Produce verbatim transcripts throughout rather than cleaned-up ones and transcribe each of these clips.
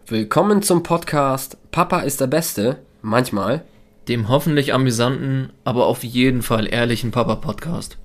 Willkommen zum Podcast Papa ist der Beste, manchmal. Dem hoffentlich amüsanten, aber auf jeden Fall ehrlichen Papa-Podcast.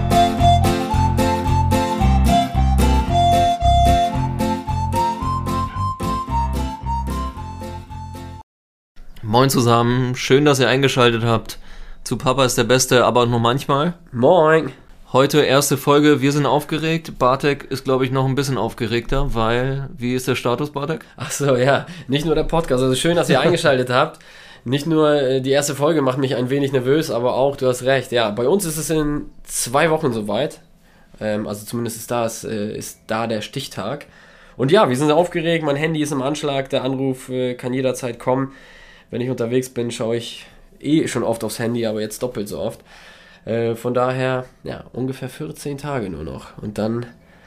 Moin zusammen, schön, dass ihr eingeschaltet habt zu Papa ist der Beste, aber nur manchmal. Moin. Heute erste Folge, wir sind aufgeregt. Bartek ist, glaube ich, noch ein bisschen aufgeregter, weil, wie ist der Status, Bartek? Ach so, ja, nicht nur der Podcast, also schön, dass ihr eingeschaltet habt. Nicht nur äh, die erste Folge macht mich ein wenig nervös, aber auch, du hast recht, ja, bei uns ist es in zwei Wochen soweit. Ähm, also zumindest ist, das, äh, ist da der Stichtag. Und ja, wir sind aufgeregt, mein Handy ist im Anschlag, der Anruf äh, kann jederzeit kommen. Wenn ich unterwegs bin, schaue ich eh schon oft aufs Handy, aber jetzt doppelt so oft. Äh, von daher, ja, ungefähr vierzehn Tage nur noch. Und dann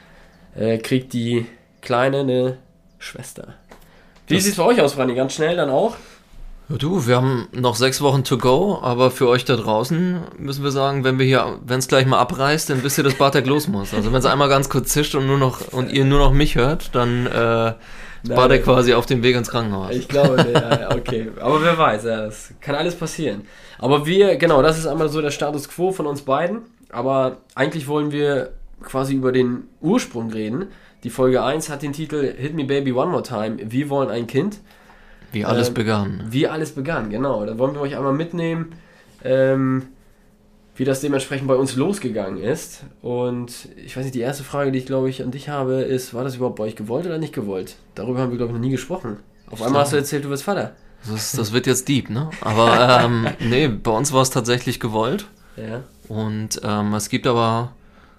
äh, kriegt die Kleine eine Schwester. Wie sieht es bei euch aus, Franny? Ganz schnell dann auch? Ja, du, wir haben noch sechs Wochen to go, aber für euch da draußen müssen wir sagen, wenn wir hier, wenn es gleich mal abreißt, dann wisst ihr, dass Bartek los muss. Also wenn es einmal ganz kurz zischt und nur noch und ihr nur noch mich hört, dann äh, ist Bartek quasi auf dem Weg ins Krankenhaus. Ich glaube, ja, okay. Aber wer weiß, ja, das kann alles passieren. Aber wir, genau, das ist einmal so der Status Quo von uns beiden. Aber eigentlich wollen wir quasi über den Ursprung reden. Die Folge eins hat den Titel Hit Me Baby One More Time. Wir wollen ein Kind. Wie alles ähm, begann. Wie alles begann, genau. Da wollen wir euch einmal mitnehmen, ähm, wie das dementsprechend bei uns losgegangen ist. Und ich weiß nicht, die erste Frage, die ich glaube ich an dich habe, ist, war das überhaupt bei euch gewollt oder nicht gewollt? Darüber haben wir glaube ich noch nie gesprochen. Auf einmal hast du erzählt, du wirst Vater. Das, das wird jetzt deep, ne? Aber ähm, nee, bei uns war es tatsächlich gewollt. Ja. Und ähm, es gibt aber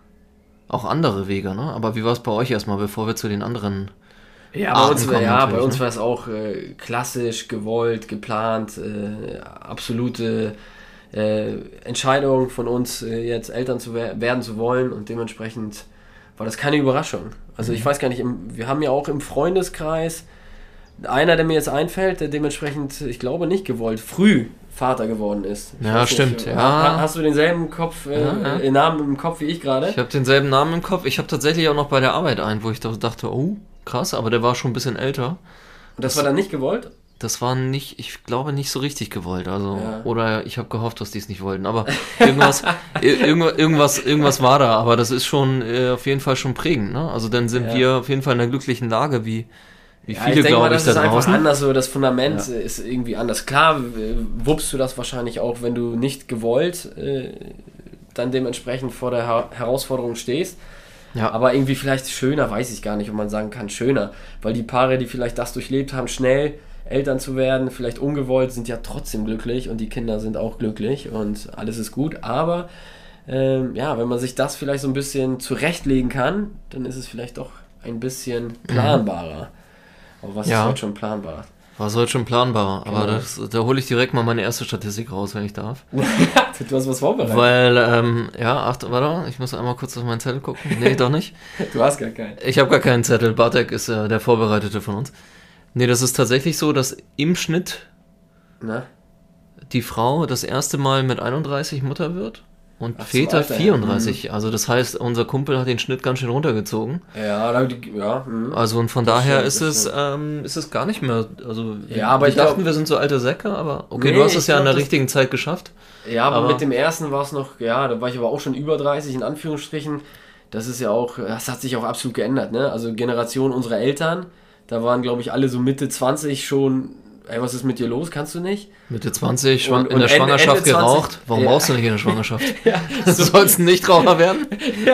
auch andere Wege, ne? Aber wie war es bei euch erstmal, bevor wir zu den anderen Ja, bei uns, ja, bei uns war es auch äh, klassisch, gewollt, geplant, äh, absolute äh, Entscheidung von uns, äh, jetzt Eltern zu wer- werden zu wollen und dementsprechend war das keine Überraschung. Also ich weiß gar nicht, im, wir haben ja auch im Freundeskreis einer, der mir jetzt einfällt, der dementsprechend, ich glaube nicht gewollt, früh Vater geworden ist. Ich Ja, weiß stimmt. Nicht, ja. Hast du denselben Kopf, äh, Ja, ja. Namen im Kopf wie ich gerade? Ich habe denselben Namen im Kopf. Ich habe tatsächlich auch noch bei der Arbeit einen, wo ich doch dachte, oh, krass, aber der war schon ein bisschen älter. Und das war dann nicht gewollt? Das war nicht, ich glaube, nicht so richtig gewollt. Also, Ja. oder ich habe gehofft, dass die es nicht wollten. Aber irgendwas, ir- irgend- irgendwas, irgendwas war da. Aber das ist schon äh, auf jeden Fall schon prägend. Ne? Also dann sind Ja. wir auf jeden Fall in einer glücklichen Lage, wie, wie Ja, viele, ich denke mal, glaube ich, das da ist einfach draußen. anders, so das Fundament Ja. ist irgendwie anders. Klar, äh, wuppst du das wahrscheinlich auch, wenn du nicht gewollt äh, dann dementsprechend vor der Her- Herausforderung stehst. Ja. Aber irgendwie vielleicht schöner, weiß ich gar nicht, ob man sagen kann, schöner. Weil die Paare, die vielleicht das durchlebt haben, schnell Eltern zu werden, vielleicht ungewollt, sind ja trotzdem glücklich und die Kinder sind auch glücklich und alles ist gut. Aber ähm, ja, wenn man sich das vielleicht so ein bisschen zurechtlegen kann, dann ist es vielleicht doch ein bisschen planbarer. Aber was Ja. ist heute schon planbar? War heute schon planbar. Aber Genau. das, da hole ich direkt mal meine erste Statistik raus, wenn ich darf. Du hast was vorbereitet. Weil, ähm, ja, acht, warte, ich muss einmal kurz auf meinen Zettel gucken. Nee, doch nicht. Du hast gar keinen. Ich habe gar keinen Zettel. Bartek ist äh, der Vorbereitete von uns. Nee, das ist tatsächlich so, dass im Schnitt Na? die Frau das erste Mal mit einunddreißig Mutter wird und Ach, zum Väter Alter, ja. vierunddreißig. Also das heißt, unser Kumpel hat den Schnitt ganz schön runtergezogen. Ja, da- die- ja. mhm. Also und von Das daher stimmt, ist das es stimmt. ähm, ist es gar nicht mehr, also wir, Ja, aber wir ich glaub- dachten, wir sind so alte Säcke, aber okay, Nee, du hast ich es ja in glaub, der das- richtigen Zeit geschafft. Ja, aber, Aber- mit dem ersten war es noch, ja, da war ich aber auch schon über dreißig, in Anführungsstrichen. Das ist ja auch, das hat sich auch absolut geändert, ne? Also Generation unserer Eltern, da waren, glaube ich, alle so Mitte zwanzig schon, ey, was ist mit dir los, kannst du nicht? Mitte zwanzig, schwang, Und- in der und Ende- Schwangerschaft Ende zwanzig geraucht. Warum ja. rauchst du nicht in der Schwangerschaft? Ja, Sollst du nicht Raucher werden?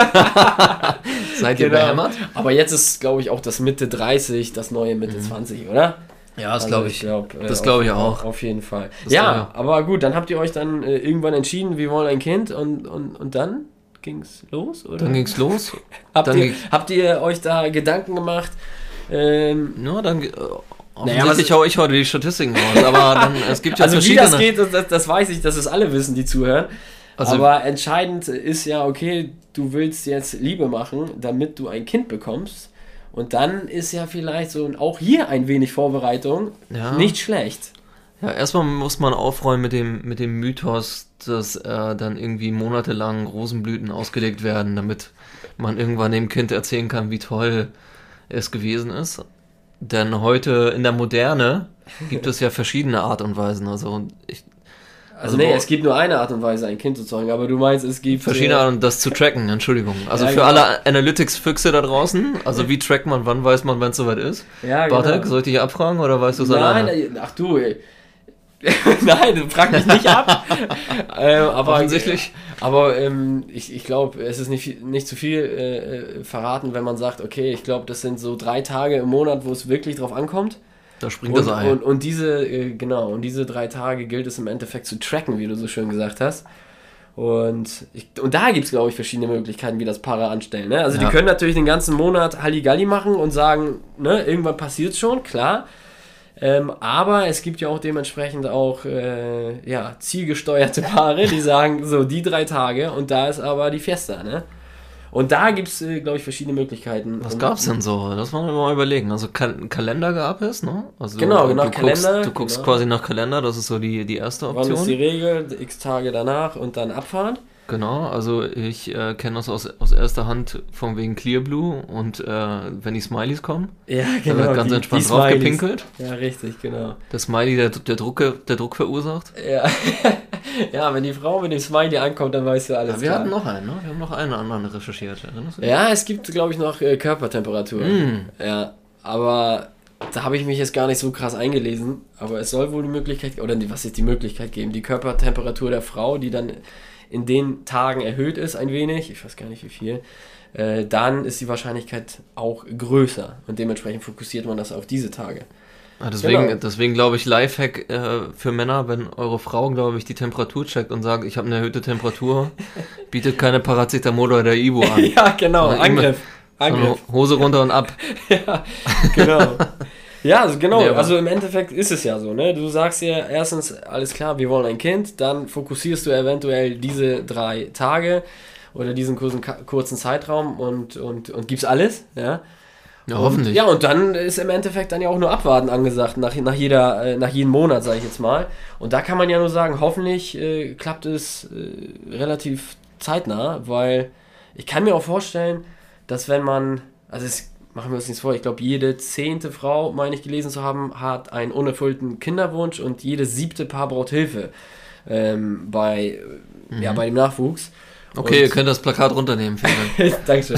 Seid ihr genau. behämmert? Aber jetzt ist, glaube ich, auch das Mitte dreißig, das neue Mitte zwanzig, oder? Ja, das Also glaube ich. glaub, äh, Das auf- glaube ich auch. Auf jeden Fall. Das Ja, glaub ich aber gut, dann habt ihr euch dann äh, irgendwann entschieden, wir wollen ein Kind und, und, und dann ging's los, oder? Dann ging's los. habt, dann ihr, ging- habt ihr euch da Gedanken gemacht? Ähm, Ja, dann äh, Naja, offensichtlich was- hau ich heute die Statistiken raus, aber dann, es gibt ja also wie verschiedene. das geht, das, das, das weiß ich, dass es alle wissen, die zuhören. Also- aber entscheidend ist ja, okay, du willst jetzt Liebe machen, damit du ein Kind bekommst. Und dann ist ja vielleicht so auch hier ein wenig Vorbereitung Ja. nicht schlecht. Ja, erstmal muss man aufräumen mit dem, mit dem Mythos, dass äh, dann irgendwie monatelang Rosenblüten ausgelegt werden, damit man irgendwann dem Kind erzählen kann, wie toll es gewesen ist. Denn heute in der Moderne gibt es ja verschiedene Art und Weisen. Also, ich, also, also nee, es gibt nur eine Art und Weise, ein Kind zu zeugen, aber du meinst, es gibt... Verschiedene Arten, das zu tracken, Entschuldigung. Also ja, für genau. alle Analytics-Füchse da draußen, also wie trackt man, wann weiß man, wenn es soweit ist? Ja, Bartek, genau. soll ich dich abfragen oder weißt du es Nein, alleine? ach du, ey. Nein, du frag mich nicht ab. ähm, aber Offensichtlich. Aber ähm, ich, ich glaube, es ist nicht, nicht zu viel äh, verraten, wenn man sagt, okay, ich glaube, das sind so drei Tage im Monat, wo es wirklich drauf ankommt. Da springt Und, das Ei. und, und diese, äh, genau, und diese drei Tage gilt es im Endeffekt zu tracken, wie du so schön gesagt hast. Und, ich, und da gibt es, glaube ich, verschiedene Möglichkeiten, wie das Paare anstellen. Ne? Also Ja. die können natürlich den ganzen Monat Halligalli machen und sagen, ne, irgendwann passiert es schon, klar. Ähm, aber es gibt ja auch dementsprechend auch äh, ja, zielgesteuerte Paare, die sagen, so die drei Tage und da ist aber die Fiesta, ne? Und da gibt es, äh, glaube ich, verschiedene Möglichkeiten. Was um, gab's denn so? Das wollen wir mal überlegen. Also Kal- Kalender gab es, ne? Also Genau, genau, du Kalender, Guckst, du guckst genau. quasi nach Kalender, das ist so die, die erste Wann ist die Option. Regel? X Tage danach und dann abfahren. Genau, also ich äh, kenne das aus, aus erster Hand von wegen Clearblue und äh, wenn die Smileys kommen, Ja, da wird ganz die- entspannt die drauf Smileys. gepinkelt. Ja, richtig, genau. Der Smiley, der, der, Druck, der Druck verursacht. Ja. Ja, wenn die Frau mit dem Smiley ankommt, dann weißt du alles. Ja, wir klar. hatten noch einen, ne? Wir haben noch einen anderen recherchiert. Erinnerst du dich? Ja, es gibt, glaube ich, noch äh, Körpertemperatur. Mm. Ja, aber da habe ich mich jetzt gar nicht so krass eingelesen. Aber es soll wohl die Möglichkeit, oder die, was ist die Möglichkeit geben? Die Körpertemperatur der Frau, die dann in den Tagen erhöht ist ein wenig, ich weiß gar nicht wie viel, äh, dann ist die Wahrscheinlichkeit auch größer. Und dementsprechend fokussiert man das auf diese Tage. Ah, deswegen, Genau. deswegen glaube ich, Lifehack äh, für Männer, wenn eure Frau, glaube ich, die Temperatur checkt und sagt, ich habe eine erhöhte Temperatur, bietet keine Paracetamol oder Ibu an. Ja, genau, Sondern Angriff. Sondern Angriff. Hose runter und ab. Ja, genau. Ja, also genau, Ja, aber- also im Endeffekt ist es ja so, ne? Du sagst ja erstens, alles klar, wir wollen ein Kind, dann fokussierst du eventuell diese drei Tage oder diesen kurzen, kurzen Zeitraum und, und, und gibst alles, ja? Ja, Und, hoffentlich. ja, und dann ist im Endeffekt dann ja auch nur Abwarten angesagt, nach, nach, jeder, äh, nach jedem Monat, sage ich jetzt mal. Und da kann man ja nur sagen, hoffentlich äh, klappt es äh, relativ zeitnah, weil ich kann mir auch vorstellen, dass wenn man, also es, machen wir uns nichts vor, ich glaube jede zehnte Frau, meine ich gelesen zu haben, hat einen unerfüllten Kinderwunsch und jede siebte Paar braucht Hilfe ähm, bei, mhm. ja, bei dem Nachwuchs. Okay, Und- ihr könnt das Plakat runternehmen, vielen Dank. Dankeschön.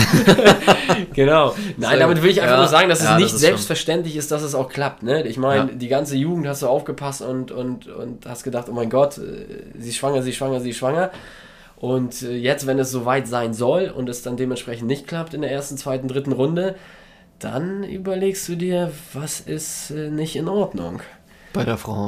Genau. Nein, Sehr damit gut. will ich einfach Ja, nur sagen, dass es ja, nicht das ist selbstverständlich ist, dass es auch klappt. Ne? Ich meine, Ja. die ganze Jugend hast du aufgepasst und, und, und hast gedacht, oh mein Gott, äh, sie ist schwanger, sie ist schwanger, sie ist schwanger. Und äh, jetzt, wenn es soweit sein soll und es dann dementsprechend nicht klappt in der ersten, zweiten, dritten Runde, dann überlegst du dir, was ist äh, nicht in Ordnung. Bei der Frau.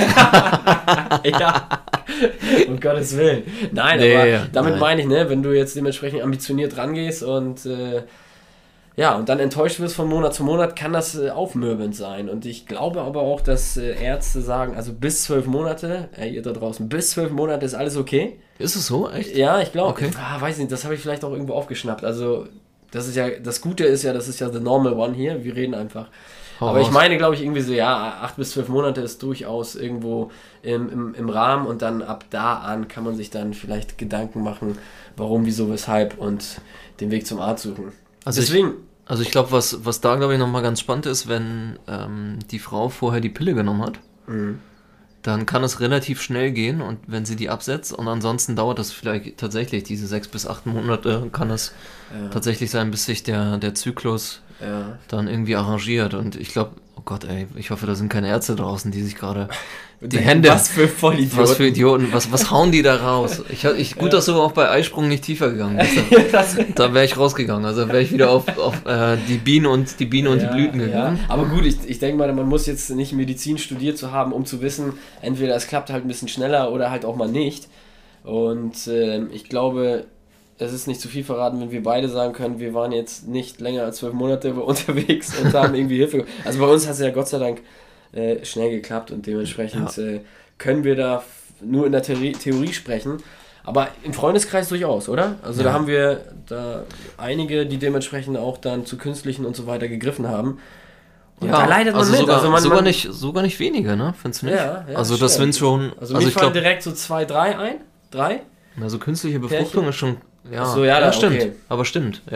Ja, um Gottes Willen. Nein, Nee, aber ja, damit nein. meine ich, ne, wenn du jetzt dementsprechend ambitioniert rangehst und äh, ja, und dann enttäuscht wirst von Monat zu Monat, kann das äh, aufmürbend sein. Und ich glaube aber auch, dass äh, Ärzte sagen, also bis zwölf Monate, äh, ihr da draußen, bis zwölf Monate ist alles okay. Ist es so? Echt? Ja, ich glaube. Okay. Ah, weiß nicht, das habe ich vielleicht auch irgendwo aufgeschnappt. Also, das ist ja, das Gute ist ja, das ist ja the normal one hier. Wir reden einfach. Hau Aber ich raus. meine, glaube ich, irgendwie so, ja, acht bis zwölf Monate ist durchaus irgendwo im, im, im Rahmen und dann ab da an kann man sich dann vielleicht Gedanken machen, warum, wieso, weshalb und den Weg zum Arzt suchen. Also ich- Deswegen, Also ich glaube, was, was da, glaube ich, nochmal ganz spannend ist, wenn ähm, die Frau vorher die Pille genommen hat, Mhm. dann kann es relativ schnell gehen und wenn sie die absetzt und ansonsten dauert das vielleicht tatsächlich, diese sechs bis acht Monate kann es ja, tatsächlich sein, bis sich der, der Zyklus ja. dann irgendwie arrangiert und ich glaube, oh Gott ey, ich hoffe, da sind keine Ärzte draußen, die sich gerade die Hände, Was für Vollidioten. was für Idioten, was, was hauen die da raus? Ich, ich, gut, Ja. dass du auch bei Eisprung nicht tiefer gegangen bist. Das- Da wäre ich rausgegangen, also wäre ich wieder auf, auf äh, die Bienen und die Biene und Ja, die Blüten ja. gegangen. Aber gut, ich, ich denke mal, man muss jetzt nicht Medizin studiert zu haben, um zu wissen, entweder es klappt halt ein bisschen schneller oder halt auch mal nicht. Und ähm, ich glaube, es ist nicht zu viel verraten, wenn wir beide sagen können, wir waren jetzt nicht länger als zwölf Monate unterwegs und haben irgendwie Hilfe. Also bei uns hat es ja Gott sei Dank äh, schnell geklappt und dementsprechend Ja. äh, können wir da f- nur in der Theorie, Theorie sprechen. Aber im Freundeskreis durchaus, oder? Also da Ja. haben wir da einige, die dementsprechend auch dann zu künstlichen und so weiter gegriffen haben. Und da leidet man also mit. sogar, also man, sogar, man, nicht, sogar nicht wenige, ne? Findest du nicht? Ja, ja, also das stimmt. sind schon, Also, also mir ich fallen glaube, direkt so zwei, drei ein. Drei? also künstliche Befruchtung ist schon, ja, Ach so, ja, da, stimmt, okay. aber stimmt, ja.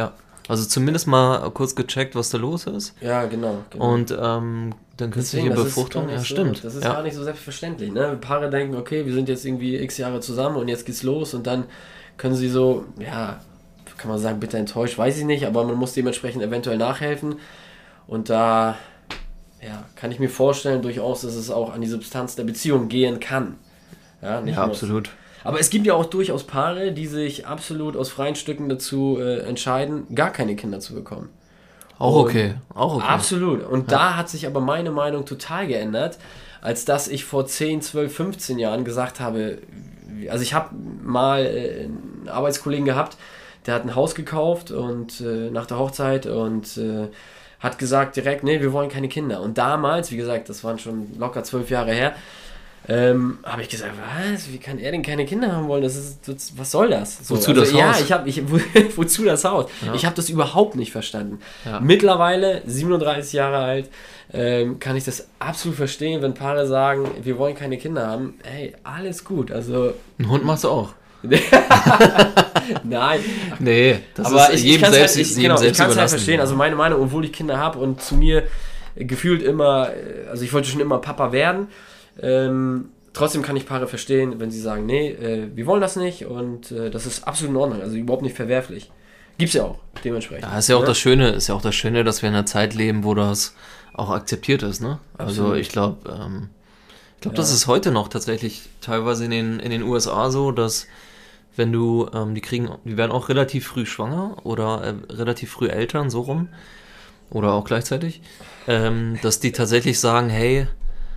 Also zumindest mal kurz gecheckt, was da los ist. Ja, genau. genau. Und ähm, dann künstliche Deswegen, Befruchtung, ja so, stimmt. Das ist ja. gar nicht so selbstverständlich. Ne? Paare denken, okay, wir sind jetzt irgendwie x Jahre zusammen und jetzt geht's los und dann können sie so, ja, kann man sagen, bitter enttäuscht, weiß ich nicht, aber man muss dementsprechend eventuell nachhelfen. Und da ja, kann ich mir vorstellen, durchaus, dass es auch an die Substanz der Beziehung gehen kann. Ja, nicht ja muss. absolut. Aber es gibt ja auch durchaus Paare, die sich absolut aus freien Stücken dazu äh, entscheiden, gar keine Kinder zu bekommen. Auch Und okay, auch okay. Absolut. Und ja. da hat sich aber meine Meinung total geändert, als dass ich vor zehn, zwölf, fünfzehn Jahren gesagt habe, also ich habe mal äh, einen Arbeitskollegen gehabt, der hat ein Haus gekauft und äh, nach der Hochzeit und äh, hat gesagt direkt, nee, wir wollen keine Kinder. Und damals, wie gesagt, das waren schon locker zwölf Jahre her, ähm, habe ich gesagt, was, wie kann er denn keine Kinder haben wollen? Das ist, das, was soll das? So, wozu also, das ja, Haus? Ich hab, ich, wo, wozu das Haus? Ja. Ich habe das überhaupt nicht verstanden. Ja. Mittlerweile, siebenunddreißig Jahre alt, ähm, kann ich das absolut verstehen, wenn Paare sagen, wir wollen keine Kinder haben. Hey, alles gut. Also ein Hund machst du auch. Nein. Nee, das aber ist ich, jedem ich selbst, halt, ich, jedem genau, selbst ich kann es halt überlassen. verstehen. Also meine Meinung, obwohl ich Kinder habe und zu mir gefühlt immer, also ich wollte schon immer Papa werden, ähm, trotzdem kann ich Paare verstehen, wenn sie sagen, nee, äh, wir wollen das nicht und äh, das ist absolut in Ordnung, also überhaupt nicht verwerflich. Gibt's ja auch, dementsprechend. Ja, ist ja auch ne? das Schöne, ist ja auch das Schöne, dass wir in einer Zeit leben, wo das auch akzeptiert ist, ne? Absolut. Also ich glaube, ähm, ich glaube, Ja. das ist heute noch tatsächlich teilweise in den, in den U S A so, dass wenn du, ähm, die kriegen, die werden auch relativ früh schwanger oder äh, relativ früh Eltern, so rum, oder auch gleichzeitig, ähm, dass die tatsächlich sagen, hey,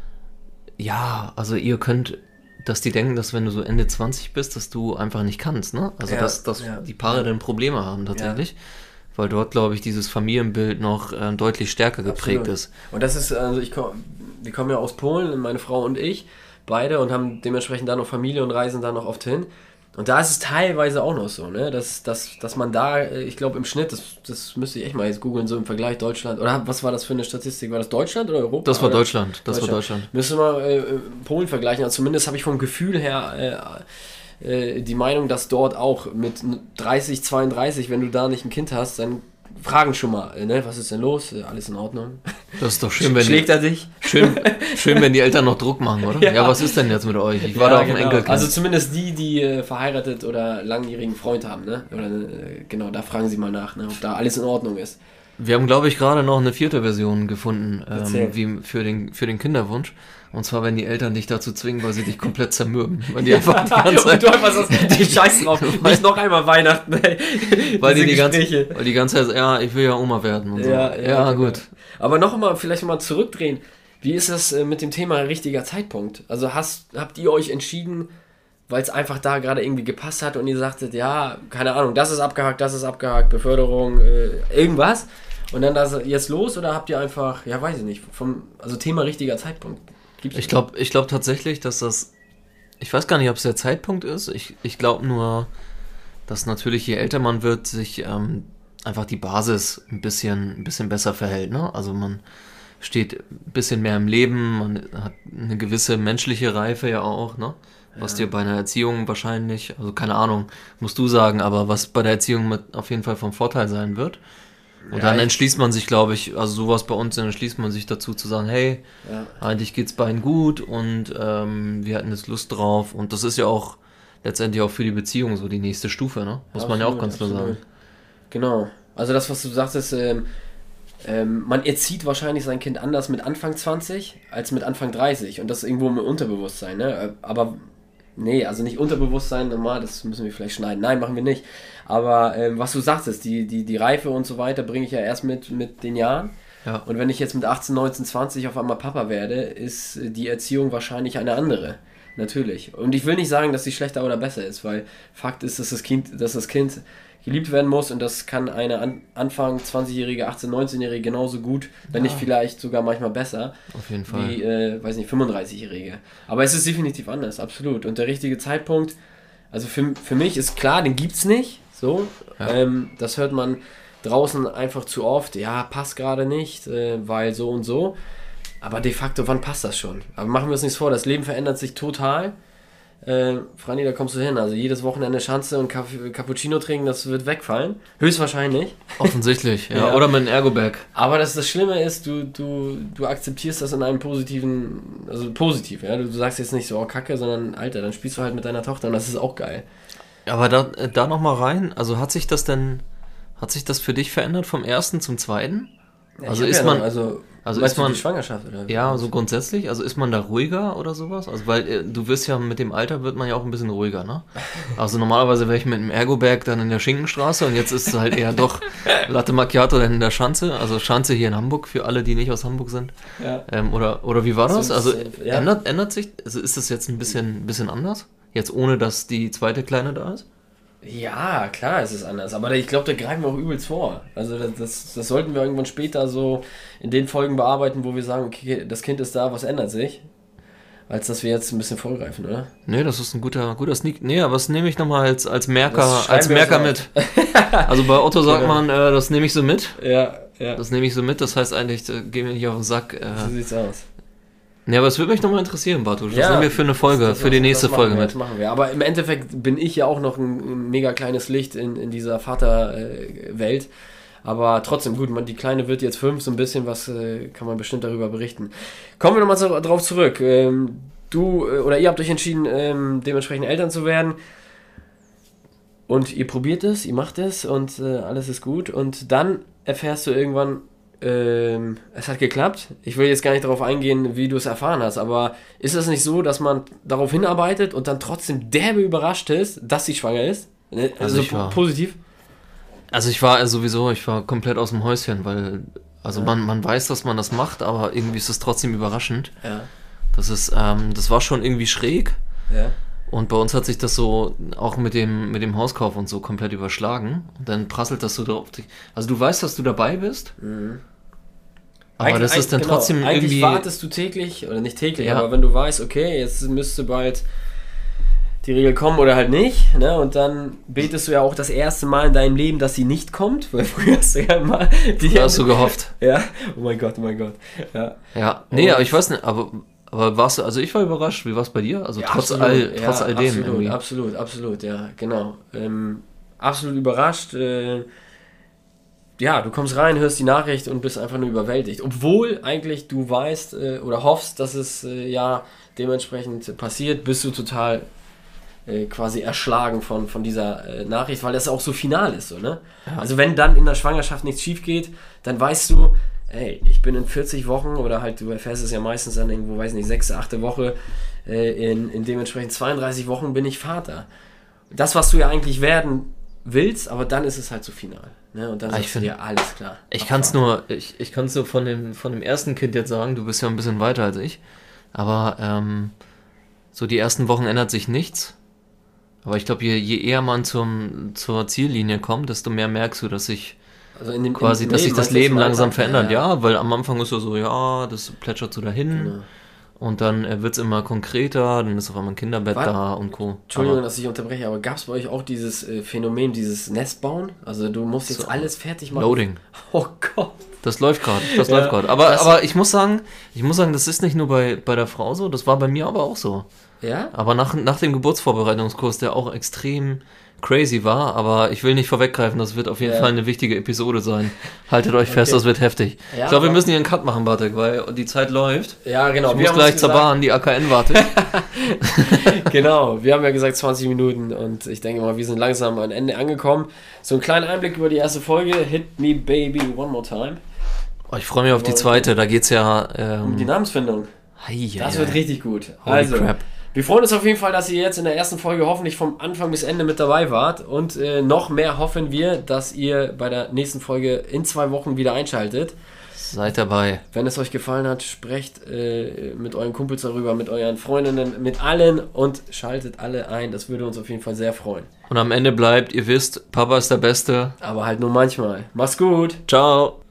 ja, also ihr könnt, dass die denken, dass wenn du so Ende zwanzig bist, dass du einfach nicht kannst, ne? Also Ja, dass, dass ja. die Paare dann Probleme haben tatsächlich, weil dort, glaube ich, dieses Familienbild noch äh, deutlich stärker geprägt Absolut. ist. Und das ist, also ich komm, wir kommen ja aus Polen, meine Frau und ich, beide, und haben dementsprechend da noch Familie und reisen da noch oft hin. Und da ist es teilweise auch noch so, ne, dass, dass, dass man da, ich glaube im Schnitt, das, das müsste ich echt mal jetzt googeln, so im Vergleich Deutschland, oder was war das für eine Statistik, war das Deutschland oder Europa? Das war oder? Deutschland, das war Deutschland. Müssen wir äh, Polen vergleichen, also zumindest habe ich vom Gefühl her äh, äh, die Meinung, dass dort auch mit dreißig, zweiunddreißig, wenn du da nicht ein Kind hast, dann fragen schon mal, ne, was ist denn los? Alles in Ordnung? Das ist doch schön, wenn Schlägt die, er dich? Schön, schön, wenn die Eltern noch Druck machen, oder? Ja, Ja. was ist denn jetzt mit euch? Ich war Ja, da auf dem genau. Enkelkind. Also zumindest die, die äh, verheiratet oder langjährigen Freund haben, ne? Oder äh, genau, da fragen sie mal nach, ne, ob da alles in Ordnung ist. Wir haben, glaube ich, gerade noch eine vierte Version gefunden, Erzähl. ähm, wie für den, für den Kinderwunsch. Und zwar, wenn die Eltern dich dazu zwingen, weil sie dich komplett zermürben. Weil die einfach die ganze Und Zeit, du einfach sagst, die Scheiß drauf, nicht noch einmal Weihnachten, ey. weil die Diese die ganze, Gespräche. weil die ganze Zeit, ja, ich will ja Oma werden und so. Ja, Ja, ja, genau. gut. Aber noch mal, vielleicht mal zurückdrehen. Wie ist das äh, mit dem Thema richtiger Zeitpunkt? Also hast, habt ihr euch entschieden, weil es einfach da gerade irgendwie gepasst hat und ihr sagtet, ja, keine Ahnung, das ist abgehakt, das ist abgehakt, Beförderung, äh, irgendwas. Und dann das jetzt los oder habt ihr einfach, ja, weiß ich nicht, vom, also Thema richtiger Zeitpunkt. Gibt's Ich glaube ich glaub tatsächlich, dass das, ich weiß gar nicht, ob es der Zeitpunkt ist. Ich, ich glaube nur, dass natürlich je älter man wird, sich ähm, einfach die Basis ein bisschen, ein bisschen besser verhält. Ne? Also man steht ein bisschen mehr im Leben, man hat eine gewisse menschliche Reife ja auch, ne? Was dir bei einer Erziehung wahrscheinlich, also keine Ahnung, musst du sagen, aber was bei der Erziehung mit auf jeden Fall vom Vorteil sein wird. Und Ja, dann ich- entschließt man sich, glaube ich, also sowas bei uns, dann entschließt man sich dazu zu sagen, hey, Ja. eigentlich geht's beiden gut und ähm, wir hatten jetzt Lust drauf. Und das ist ja auch letztendlich auch für die Beziehung so die nächste Stufe, ne? Muss man ja auch Absolut, ganz klar absolut. sagen. Genau. Also das, was du sagtest, ähm, ähm, man erzieht wahrscheinlich sein Kind anders mit Anfang zwanzig als mit Anfang dreißig. Und das irgendwo im Unterbewusstsein, ne? Aber nee, also nicht Unterbewusstsein, normal, das müssen wir vielleicht schneiden. Nein, machen wir nicht. Aber ähm, was du sagtest, die, die, die Reife und so weiter bringe ich ja erst mit, mit den Jahren. Ja. Und wenn ich jetzt mit achtzehn, neunzehn, zwanzig auf einmal Papa werde, ist die Erziehung wahrscheinlich eine andere. Natürlich. Und ich will nicht sagen, dass sie schlechter oder besser ist, weil Fakt ist, dass das Kind, dass das Kind geliebt werden muss und das kann eine an, Anfang zwanzigjährige, achtzehn-, neunzehnjährige genauso gut, wenn Ja. nicht vielleicht sogar manchmal besser, Auf jeden Fall. wie, äh, weiß nicht, fünfunddreißigjährige. Aber es ist definitiv anders, absolut. Und der richtige Zeitpunkt, also für, für mich ist klar, den gibt's nicht, so. Ja. Ähm, das hört man draußen einfach zu oft, ja, passt gerade nicht, äh, weil so und so. Aber de facto, wann passt das schon? Aber machen wir uns nichts vor, das Leben verändert sich total. äh, Franny, da kommst du hin. Also jedes Wochenende Schanze und Kaff- Cappuccino trinken, das wird wegfallen. Höchstwahrscheinlich. Offensichtlich, ja. Ja. Oder mit einem Ergo-Bag. Aber das, das Schlimme ist, du, du, du akzeptierst das in einem positiven, also positiv, ja. Du, du sagst jetzt nicht so, oh Kacke, sondern Alter, dann spielst du halt mit deiner Tochter und das ist auch geil. Aber da, da nochmal rein, also hat sich das denn, hat sich das für dich verändert vom ersten zum zweiten? Ja, also ich hab ist ja man, noch, also, also meinst ist du man, die Schwangerschaft oder? ja, so grundsätzlich, also ist man da ruhiger oder sowas? Also weil äh, du wirst ja mit dem Alter wird man ja auch ein bisschen ruhiger, ne? Also normalerweise wäre ich mit einem Ergo-Bag dann in der Schinkenstraße und jetzt ist es halt eher doch Latte Macchiato dann in der Schanze, also Schanze hier in Hamburg für alle, die nicht aus Hamburg sind. Ja. Ähm, oder oder wie war das? So, Also ja. ändert ändert sich, also ist das jetzt ein bisschen bisschen anders? Jetzt ohne dass die zweite Kleine da ist? Ja, klar, es ist anders. Aber ich glaube, da greifen wir auch übelst vor. Also das, das, das sollten wir irgendwann später so in den Folgen bearbeiten, wo wir sagen, okay, das Kind ist da, was ändert sich? Als dass wir jetzt ein bisschen vorgreifen, oder? Nee, das ist ein guter, guter Sneak. Nee, aber das nehme ich nochmal als, als Das Merker, schreiben als wir Merker uns mit. Also bei Otto sagt Genau. man, äh, das nehme ich so mit. Ja, ja. Das nehme ich so mit, das heißt eigentlich, äh, geh mir nicht auf den Sack. Äh. So sieht's aus. Nee, aber es würde mich nochmal interessieren, Bartusch. Das Ja, nehmen wir für eine Folge, das- das für die machen- nächste das machen Folge wir, mit. Das machen wir. Aber im Endeffekt bin ich ja auch noch ein, ein mega kleines Licht in, in dieser Vaterwelt. Aber trotzdem, gut, man, die Kleine wird jetzt fünf, so ein bisschen was äh, kann man bestimmt darüber berichten. Kommen wir nochmal so, drauf zurück. Ähm, du äh, oder ihr habt euch entschieden, ähm, dementsprechend Eltern zu werden. Und ihr probiert es, ihr macht es und äh, alles ist gut. Und dann erfährst du irgendwann, ähm, es hat geklappt. Ich will jetzt gar nicht darauf eingehen, wie du es erfahren hast, aber ist es nicht so, dass man darauf hinarbeitet und dann trotzdem derbe überrascht ist, dass sie schwanger ist? Ne? Also ich po- war- positiv? Also ich war sowieso, ich war komplett aus dem Häuschen, weil, also Ja. man, man weiß, dass man das macht, aber irgendwie ist es trotzdem überraschend. Ja. Das ist, ähm, das war schon irgendwie schräg. Ja. Und bei uns hat sich das so auch mit dem, mit dem Hauskauf und so komplett überschlagen. Und dann prasselt das so drauf. Also du weißt, dass du dabei bist, Mhm. aber Eigentlich- das ist dann genau, trotzdem Eigentlich irgendwie... wartest du täglich, oder nicht täglich, Ja. aber wenn du weißt, okay, jetzt müsste bald die Regel kommen oder halt nicht, ne? Und dann betest du ja auch das erste Mal in deinem Leben, dass sie nicht kommt, weil früher hast du ja immer die Da hast du gehofft. Ja, oh mein Gott, oh mein Gott. Ja, Ja, nee, Und- aber ich weiß nicht, aber, aber warst du, also ich war überrascht, wie war es bei dir? Also ja, trotz, absolut, all, trotz ja, all dem absolut, irgendwie. absolut, absolut, ja, genau. Ähm, absolut überrascht. Äh, ja, du kommst rein, hörst die Nachricht und bist einfach nur überwältigt. Obwohl eigentlich du weißt äh, oder hoffst, dass es äh, ja dementsprechend passiert, bist du total äh, quasi erschlagen von, von dieser äh, Nachricht, weil das auch so final ist. So, ne? Ja. Also wenn dann in der Schwangerschaft nichts schief geht, dann weißt du, ey, ich bin in vierzig Wochen oder halt, du erfährst es ja meistens dann irgendwo, weiß nicht, sechste, achte Woche, äh, in, in dementsprechend zweiunddreißig Wochen bin ich Vater. Das, was du ja eigentlich werden willst, aber dann ist es halt so final. Ne? Und dann Ah, ich sagst du find- dir, alles klar. Ich Abfahrt. kann es nur, ich, ich kann es nur von dem, von dem ersten Kind jetzt sagen, du bist ja ein bisschen weiter als ich, aber ähm, so die ersten Wochen ändert sich nichts. Aber ich glaube, je, je eher man zum, zur Ziellinie kommt, desto mehr merkst du, dass sich Also in dem, quasi, im dass sich Leben, das meinst du, Leben im langsam Alltag? verändert. Ja, weil am Anfang ist so, so ja, das plätschert so dahin. Genau. Und dann äh, wird es immer konkreter, dann ist auf einmal ein Kinderbett War- da und Co. Entschuldigung, Aber dass ich unterbreche, aber gab es bei euch auch dieses äh, Phänomen, dieses Nestbauen? Also du musst jetzt So. alles fertig machen. Loading. Oh Gott. Das läuft gerade, das Ja, läuft gerade. Aber, das- aber ich muss sagen, ich muss sagen, das ist nicht nur bei, bei der Frau so, das war bei mir aber auch so. Ja? Aber nach, nach dem Geburtsvorbereitungskurs, der auch extrem crazy war, aber ich will nicht vorweggreifen, das wird auf jeden Ja. Fall eine wichtige Episode sein. Haltet euch fest, Okay. das wird heftig. Ja, ich glaube, wir aber- müssen hier einen Cut machen, Bartek, weil die Zeit läuft. Ja, genau. Ich Wir muss haben gleich uns zur gesagt- Bahn, die A K N wartet. Genau, wir haben ja gesagt zwanzig Minuten und ich denke mal, wir sind langsam am Ende angekommen. So ein kleiner Einblick über die erste Folge. Hit me baby one more time. Oh, ich freue mich auf die zweite, da geht's ja... Ähm, Um die Namensfindung. Hei, Das hei, wird hei. richtig gut. Holy Also, crap. wir freuen uns auf jeden Fall, dass ihr jetzt in der ersten Folge hoffentlich vom Anfang bis Ende mit dabei wart. Und äh, noch mehr hoffen wir, dass ihr bei der nächsten Folge in zwei Wochen wieder einschaltet. Seid dabei. Wenn es euch gefallen hat, sprecht äh, mit euren Kumpels darüber, mit euren Freundinnen, mit allen und schaltet alle ein. Das würde uns auf jeden Fall sehr freuen. Und am Ende bleibt, ihr wisst, Papa ist der Beste. Aber halt nur manchmal. Mach's gut! Ciao.